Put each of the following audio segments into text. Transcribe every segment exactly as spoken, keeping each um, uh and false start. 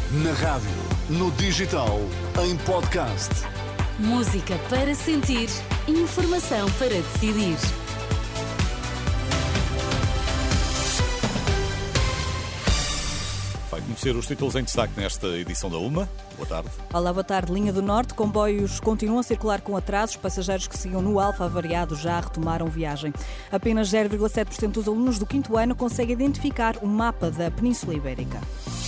Na rádio, no digital, em podcast. Música para sentir, informação para decidir. Vai conhecer os títulos em destaque nesta edição da UMA. Boa tarde. Olá, boa tarde. Linha do Norte, comboios continuam a circular com atrasos. Passageiros que seguiam no Alfa avariado já retomaram viagem. Apenas zero vírgula sete por cento dos alunos do quinto ano conseguem identificar o mapa da Península Ibérica.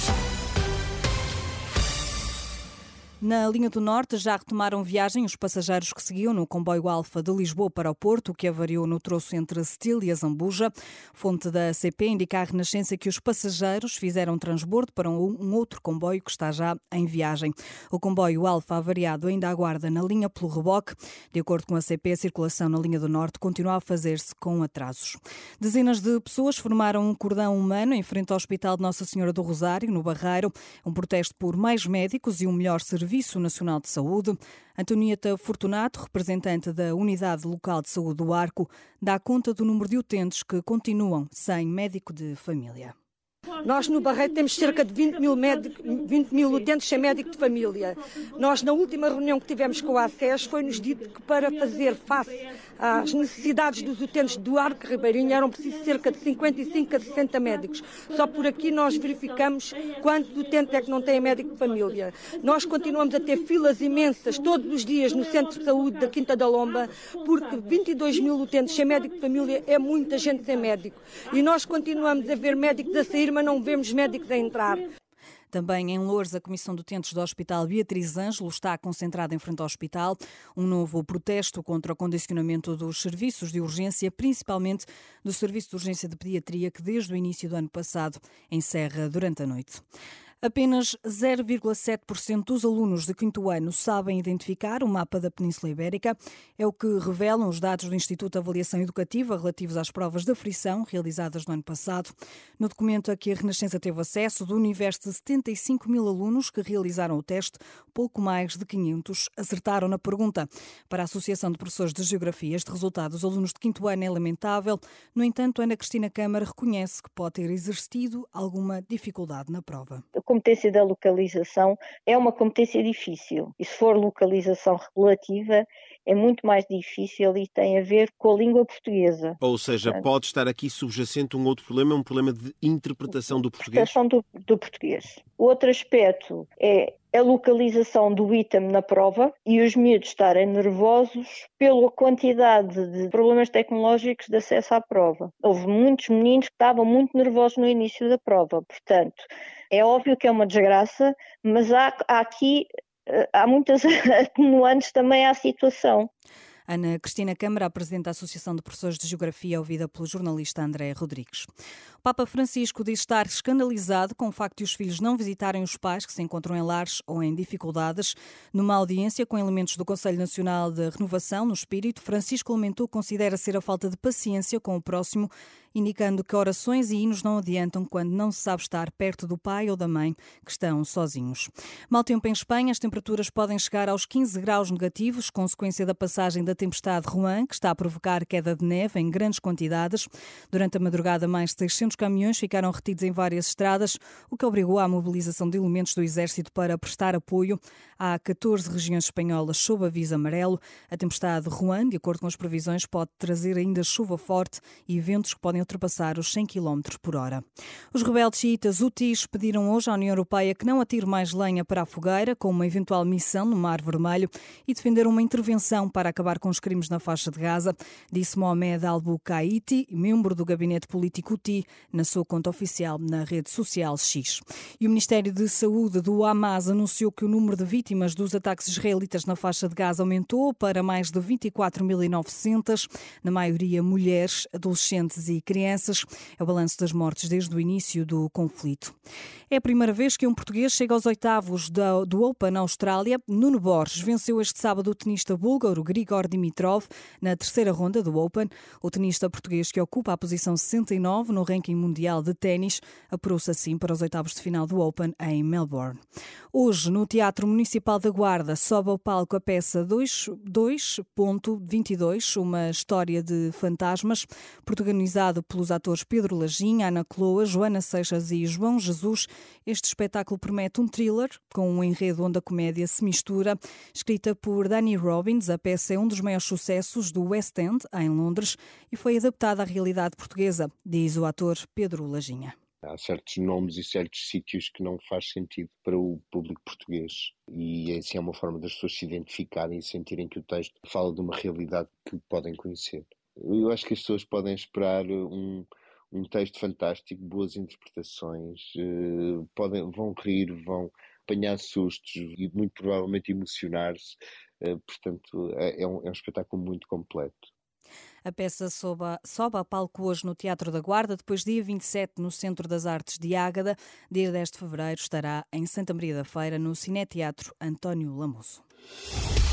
Na linha do Norte já retomaram viagem os passageiros que seguiam no comboio Alfa de Lisboa para o Porto, que avariou no troço entre Setil e a Zambuja. Fonte da C P indica à Renascença que os passageiros fizeram transbordo para um outro comboio que está já em viagem. O comboio Alfa avariado ainda aguarda na linha pelo reboque. De acordo com a C P, a circulação na linha do Norte continua a fazer-se com atrasos. Dezenas de pessoas formaram um cordão humano em frente ao Hospital de Nossa Senhora do Rosário, no Barreiro. Um protesto por mais médicos e um melhor serviço Serviço Nacional de Saúde. Antonieta Fortunato, representante da Unidade Local de Saúde do Arco, dá conta do número de utentes que continuam sem médico de família. Nós no Barreiro temos cerca de vinte mil, médico, vinte mil utentes sem médico de família. Nós, na última reunião que tivemos com a ACES, foi-nos dito que para fazer face às necessidades dos utentes do Arco Ribeirinho eram precisos cerca de cinquenta e cinco a sessenta médicos. Só por aqui nós verificamos quantos utentes é que não têm médico de família. Nós continuamos a ter filas imensas todos os dias no Centro de Saúde da Quinta da Lomba, porque vinte e dois mil utentes sem médico de família é muita gente sem médico. E nós continuamos a ver médicos a sair, mas não vemos médicos a entrar. Também em Loures, a Comissão de Utentes do Hospital Beatriz Ângelo está concentrada em frente ao hospital. Um novo protesto contra o condicionamento dos serviços de urgência, principalmente do Serviço de Urgência de Pediatria, que desde o início do ano passado encerra durante a noite. Apenas zero vírgula sete por cento dos alunos de quinto ano sabem identificar o mapa da Península Ibérica. É o que revelam os dados do Instituto de Avaliação Educativa relativos às provas de aferição realizadas no ano passado. No documento a que a Renascença teve acesso, do universo de setenta e cinco mil alunos que realizaram o teste, pouco mais de quinhentos acertaram na pergunta. Para a Associação de Professores de Geografia, este resultado dos alunos de quinto ano é lamentável. No entanto, Ana Cristina Câmara reconhece que pode ter exercido alguma dificuldade na prova. A competência da localização é uma competência difícil e se for localização relativa é muito mais difícil e tem a ver com a língua portuguesa. Ou seja, pode estar aqui subjacente um outro problema, um problema de interpretação do português? Interpretação do, do português. Outro aspecto é a localização do item na prova e os miúdos estarem nervosos pela quantidade de problemas tecnológicos de acesso à prova. Houve muitos meninos que estavam muito nervosos no início da prova, portanto, é óbvio que é uma desgraça, mas há, há aqui há muitas atenuantes também à situação. Ana Cristina Câmara, a Presidente da Associação de Professores de Geografia, ouvida pelo jornalista André Rodrigues. O Papa Francisco diz estar escandalizado com o facto de os filhos não visitarem os pais que se encontram em lares ou em dificuldades. Numa audiência com elementos do Conselho Nacional de Renovação no Espírito, Francisco lamentou que considera ser a falta de paciência com o próximo, indicando que orações e hinos não adiantam quando não se sabe estar perto do pai ou da mãe que estão sozinhos. Mau tempo em Espanha, as temperaturas podem chegar aos quinze graus negativos, consequência da passagem da tempestade Juan, que está a provocar queda de neve em grandes quantidades. Durante a madrugada, mais de seiscentos caminhões ficaram retidos em várias estradas, o que obrigou à mobilização de elementos do Exército para prestar apoio. Há catorze regiões espanholas sob aviso amarelo. A tempestade Juan, de acordo com as previsões, pode trazer ainda chuva forte e ventos que podem ultrapassar os cem quilómetros por hora. Os rebeldes xiitas Houthis pediram hoje à União Europeia que não atire mais lenha para a fogueira, com uma eventual missão no Mar Vermelho, e defenderam uma intervenção para acabar com os crimes na faixa de Gaza, disse Mohamed Al-Bukaiti, membro do gabinete político Houthi, na sua conta oficial na rede social X. E o Ministério de Saúde do Hamas anunciou que o número de vítimas dos ataques israelitas na faixa de Gaza aumentou para mais de vinte e quatro mil e novecentas, na maioria mulheres, adolescentes e crianças. É o balanço das mortes desde o início do conflito. É a primeira vez que um português chega aos oitavos do, do Open na Austrália. Nuno Borges venceu este sábado o tenista búlgaro Grigor Dimitrov na terceira ronda do Open. O tenista português, que ocupa a posição sessenta e nove no ranking mundial de ténis, apurou-se assim para os oitavos de final do Open em Melbourne. Hoje, no Teatro Municipal da Guarda, sobe ao palco a peça dois ponto vinte e dois, uma história de fantasmas, protagonizado interpretado pelos atores Pedro Lajinha, Ana Cloa, Joana Seixas e João Jesus. Este espetáculo promete um thriller com um enredo onde a comédia se mistura. Escrita por Danny Robbins, a peça é um dos maiores sucessos do West End, em Londres, e foi adaptada à realidade portuguesa, diz o ator Pedro Lajinha. Há certos nomes e certos sítios que não faz sentido para o público português e assim é uma forma das pessoas se identificarem e sentirem que o texto fala de uma realidade que podem conhecer. Eu acho que as pessoas podem esperar um, um texto fantástico, boas interpretações, uh, podem, vão rir, vão apanhar sustos e muito provavelmente emocionar-se. Uh, portanto, é, é, um, é um espetáculo muito completo. A peça sobe a, sobe a palco hoje no Teatro da Guarda, depois dia vinte e sete no Centro das Artes de Ágada. Dia dez de fevereiro estará em Santa Maria da Feira, no Cineteatro António Lamusso.